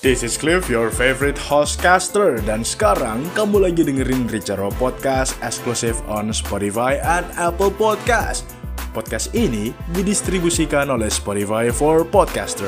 This is Cliff, your favorite hostcaster. Dan sekarang kamu lagi dengerin Richaro Podcast eksklusif on Spotify and Apple Podcast. Podcast ini didistribusikan oleh Spotify for Podcaster.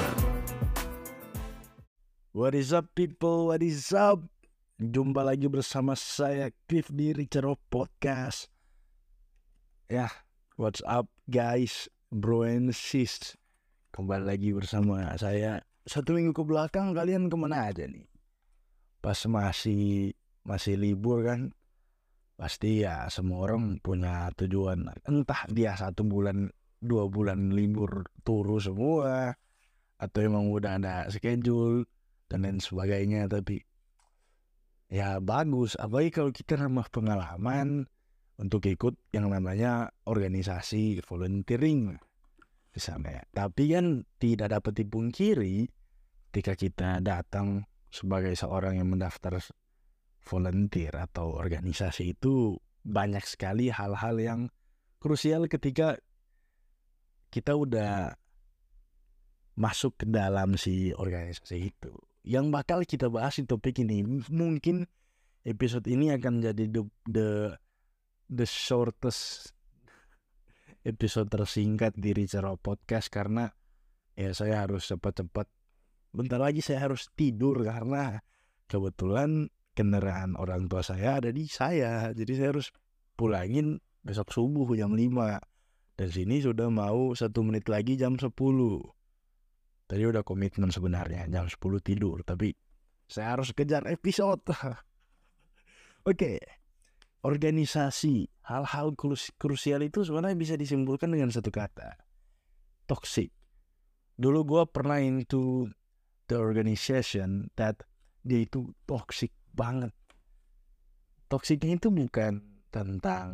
What is up people, what is up? Jumpa lagi bersama saya Cliff di Richaro Podcast. Ya, what's up guys, bro and sis. Kembali lagi bersama saya. 1 minggu ke belakang kalian kemana aja nih? Pas masih libur kan, pasti ya semua orang punya tujuan. Entah dia 1 bulan, 2 bulan libur turu semua, atau emang udah ada schedule dan lain sebagainya. Tapi ya bagus, apalagi kalau kita nambah pengalaman untuk ikut yang namanya organisasi volunteering misalnya. Tapi kan tidak dapat dipungkiri ketika kita datang sebagai seorang yang mendaftar volunteer atau organisasi itu banyak sekali hal-hal yang krusial ketika kita udah masuk ke dalam si organisasi itu. Yang bakal kita bahas di topik ini, mungkin episode ini akan jadi the shortest episode tersingkat di Richaro Podcast, karena ya saya harus cepat-cepat. Bentar lagi saya harus tidur karena kebetulan kendaraan orang tua saya ada di saya. Jadi saya harus pulangin besok subuh jam 5. Dan sini sudah mau 1 menit lagi jam 10. Tadi udah komitmen sebenarnya jam 10 tidur, tapi saya harus kejar episode. Oke. Organisasi, hal-hal krusial itu sebenarnya bisa disimpulkan dengan satu kata, toxic. Dulu gue pernah into the organization that dia itu toxic banget. Toksiknya itu bukan tentang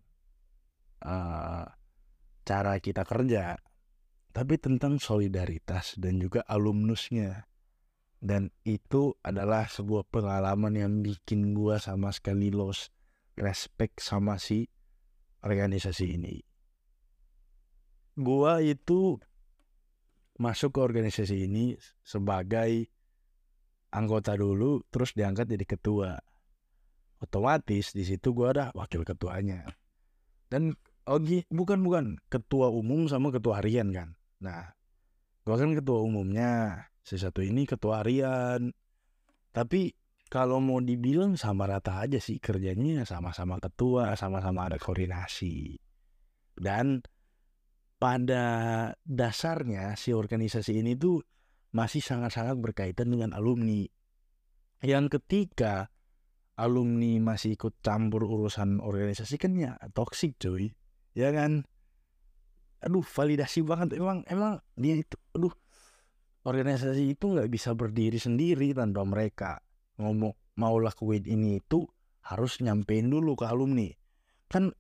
cara kita kerja, tapi tentang solidaritas dan juga alumnusnya. Dan itu adalah sebuah pengalaman yang bikin gue sama sekali lost respect sama si organisasi ini. Gua itu masuk ke organisasi ini sebagai anggota dulu, terus diangkat jadi ketua. Otomatis di situ gua ada wakil ketuanya. Dan bukan ketua umum sama ketua harian kan. Nah, gua kan ketua umumnya, si satu ini ketua harian. Tapi kalau mau dibilang sama rata aja sih kerjanya, sama-sama ketua, sama-sama ada koordinasi. Dan pada dasarnya si organisasi ini tuh masih sangat-sangat berkaitan dengan alumni. Yang ketika alumni masih ikut campur urusan organisasi kan ya toksik cuy. Ya kan? Aduh, validasi banget. Emang dia itu, organisasi itu gak bisa berdiri sendiri tanpa mereka. Ngomong mau lakuin ini itu harus nyampein dulu ke alumni. Kan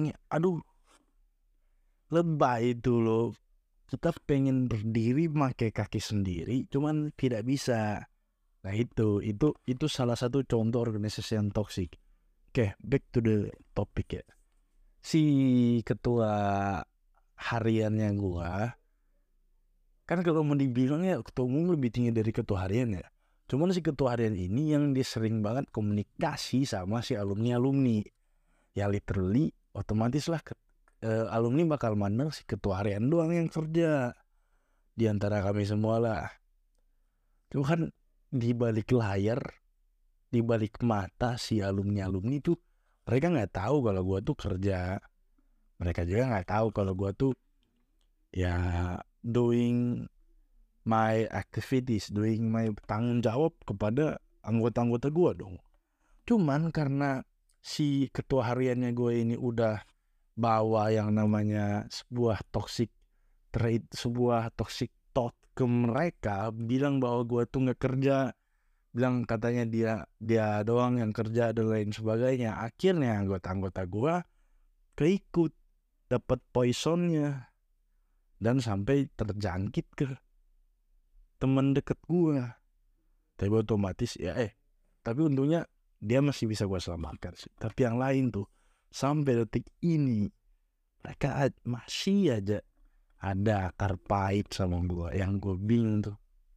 lebay itu loh. Kita pengen berdiri pakai kaki sendiri, cuman tidak bisa. Nah itu salah satu contoh organisasi yang toksik. Oke, back to the topic ya. Si ketua hariannya gua, kan kalau mau dibilang ya ketua umum lebih tinggi dari ketua harian ya. Cuman si ketua harian ini yang dia sering banget komunikasi sama si alumni. Ya literally otomatis lah alumni bakal mandang si ketua harian doang yang kerja di antara kami semua lah. Cuman di balik layar, di balik mata si alumni itu, mereka nggak tahu kalau gua tuh kerja. Mereka juga nggak tahu kalau gua tuh ya doing my activities, doing my tanggung jawab kepada anggota-anggota gue dong. Cuman karena si ketua hariannya gue ini udah bawa yang namanya sebuah toxic trait, sebuah toxic thought ke mereka, bilang bahwa gue tuh nggak kerja, bilang katanya dia doang yang kerja dan lain sebagainya. Akhirnya anggota-anggota gue keikut, dapat poisonnya dan sampai terjangkit ke teman deket gue. Tapi otomatis ya tapi untungnya dia masih bisa gue selamatkan sih. Tapi yang lain tuh sampai detik ini mereka masih aja ada akar pahit sama gue. Yang gue bingung tuh,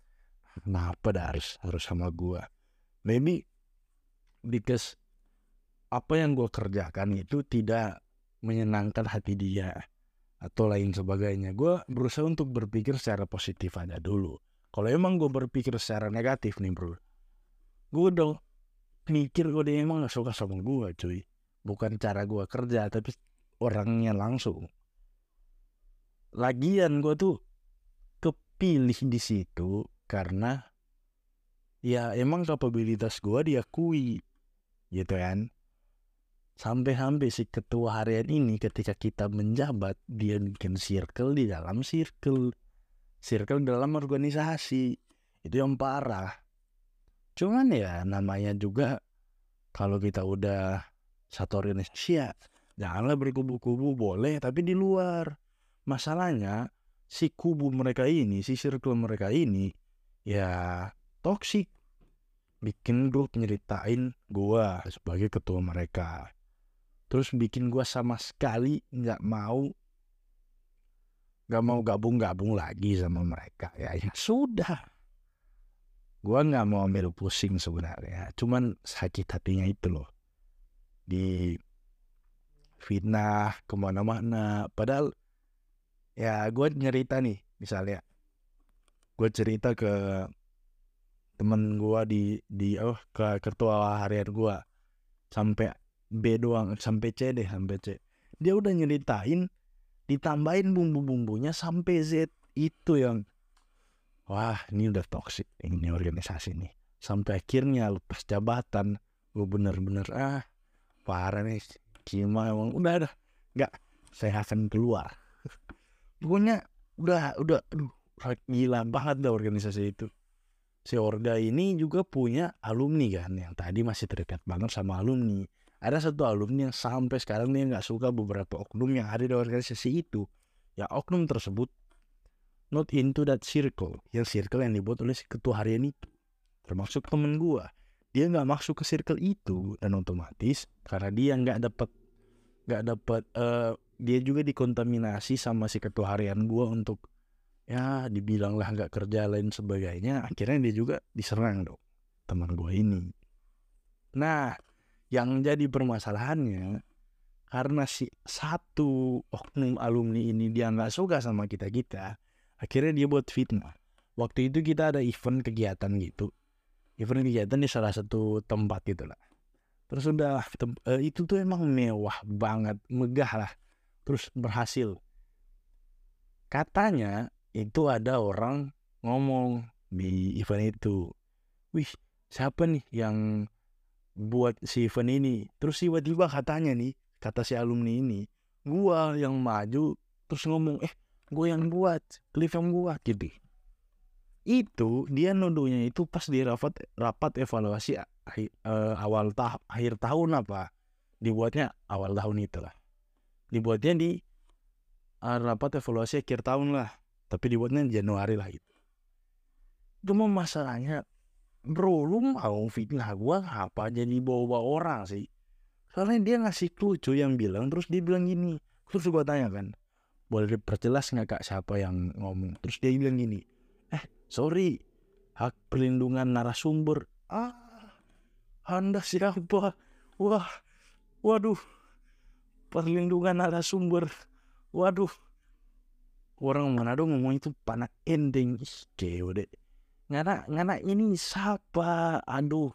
kenapa dah harus sama gue. Maybe because apa yang gue kerjakan itu tidak menyenangkan hati dia atau lain sebagainya. Gue berusaha untuk berpikir secara positif aja dulu. Kalau emang gue berpikir secara negatif nih bro, gue udah mikir gue dia emang gak suka sama gue cuy. Bukan cara gue kerja, tapi orangnya langsung. Lagian gue tuh kepilih di situ karena ya emang kapabilitas gue diakui gitu kan. Sampai si ketua harian ini ketika kita menjabat, dia bikin circle di dalam circle dalam organisasi. Itu yang parah. Cuman ya namanya juga kalau kita udah satu organisasi ya janganlah berkubu-kubu, boleh tapi di luar. Masalahnya si kubu mereka ini, si circle mereka ini ya toksik. Bikin grup nyeritain gua sebagai ketua mereka. Terus bikin gua sama sekali nggak mau gabung lagi sama mereka. Ya sudah. Gua nggak mau ambil pusing sebenarnya. Cuman sakit hatinya itu loh. Di fitnah kemana-mana. Padahal ya gua nyerita nih. Misalnya gua cerita ke temen gua ke ketua harian gua. Sampai B doang, sampai C. Dia udah nyeritain, ditambahin bumbu-bumbunya sampai Z. Itu yang wah ini udah toksik ini organisasi nih. Sampai akhirnya lepas jabatan, gue bener-bener parah nih. Kima emang udah nggak, saya akan keluar. Pokoknya udah aduh gila banget dah organisasi itu. Si Orga ini juga punya alumni kan, yang tadi masih terikat banget sama alumni. Ada satu alumni yang sampai sekarang dia nggak suka beberapa oknum yang ada di organisasi itu. Ya oknum tersebut not into that circle, yang circle yang dibuat oleh si ketua harian itu, termasuk temen gua. Dia nggak masuk ke circle itu, dan otomatis karena dia nggak dapat dia juga dikontaminasi sama si ketua harian gua untuk ya dibilang lah nggak kerja lain sebagainya. Akhirnya dia juga diserang dong teman gua ini. Nah yang jadi permasalahannya karena si satu oknum alumni ini dia nggak suka sama kita, akhirnya dia buat fitnah. Waktu itu kita ada event kegiatan di salah satu tempat gitu lah. Terus udah itu tuh emang mewah banget, megah lah. Terus berhasil. Katanya itu ada orang ngomong di event itu, wih siapa nih yang buat si event ini? Terus tiba-tiba katanya nih, kata si alumni ini, gua yang maju terus ngomong gue yang buat, Cliff yang buat gitu. Itu dia nuduhnya itu pas di rapat evaluasi akhir tahun apa, dibuatnya awal tahun itulah, dibuatnya di rapat evaluasi akhir tahun lah, tapi dibuatnya Januari lah gitu. Cuma masalahnya bro, lu mau fitnah gua apa jadi bawa orang sih? Soalnya dia ngasih clue cuy yang bilang, terus dia bilang gini. Terus gua tanya kan, boleh diperjelas nggak kak siapa yang ngomong? Terus dia bilang gini, sorry, hak perlindungan narasumber. Anda siapa? Waduh, perlindungan narasumber. Waduh, orang Manado ngomong itu panak ending. Deh. Ngana ini siapa? Aduh.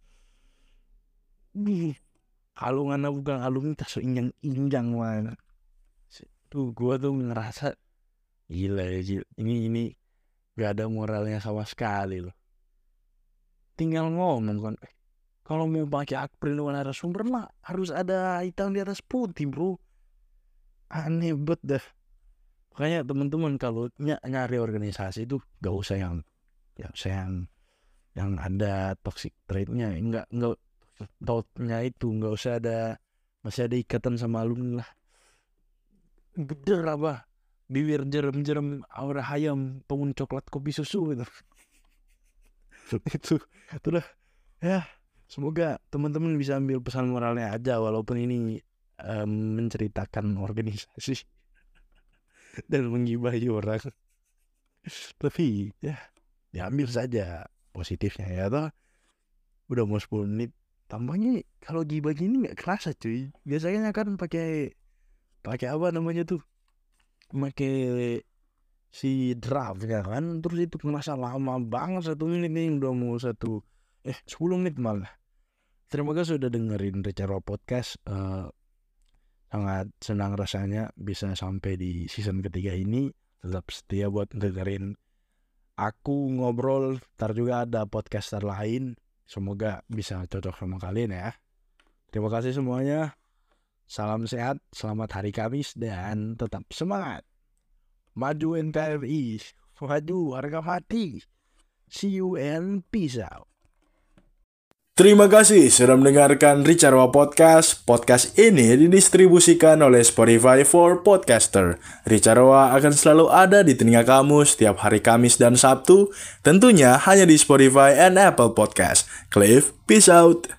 Kalau ngana bukan alumni tak so injang mana. Tuh gua tuh ngerasa gila ya, ini gak ada moralnya sama sekali loh. Tinggal ngomong kan, kalau mau pakai hak perlindungan narasumber mah harus ada hitam di atas putih bro. Aneh bet dah. Makanya teman-teman kalau nyari organisasi itu gak usah yang ada toxic trait-nya, enggak tautnya itu nggak usah ada, masih ada ikatan sama alumni lah. Geder apa, bibir jerem aura hayam pengun coklat kopi susu gitu. itu dah ya. Semoga teman-teman bisa ambil pesan moralnya aja, walaupun ini menceritakan organisasi dan menggibahi orang, tapi ya diambil saja positifnya ya toh. Udah mau 10 menit. Tampaknya kalau gibah gini nggak kerasa cuy. Biasanya kan pakai apa namanya tuh? Pakai si draft ya kan. Terus itu ngerasa lama banget 1 menit nih, udah mau 10 menit malah. Terima kasih sudah dengerin Richard Podcast. Sangat senang rasanya bisa sampai di season ketiga ini. Tetap setia buat dengerin aku ngobrol. Ntar juga ada podcaster lain. Semoga bisa cocok sama kalian ya. Terima kasih semuanya. Salam sehat, selamat hari Kamis, dan tetap semangat. Maju NKRI, maju harga mati. See you and peace out. Terima kasih sudah mendengarkan Ricarwa Podcast. Podcast ini didistribusikan oleh Spotify for Podcaster. Ricarwa akan selalu ada di telinga kamu setiap hari Kamis dan Sabtu, tentunya hanya di Spotify and Apple Podcast. Cliff, peace out.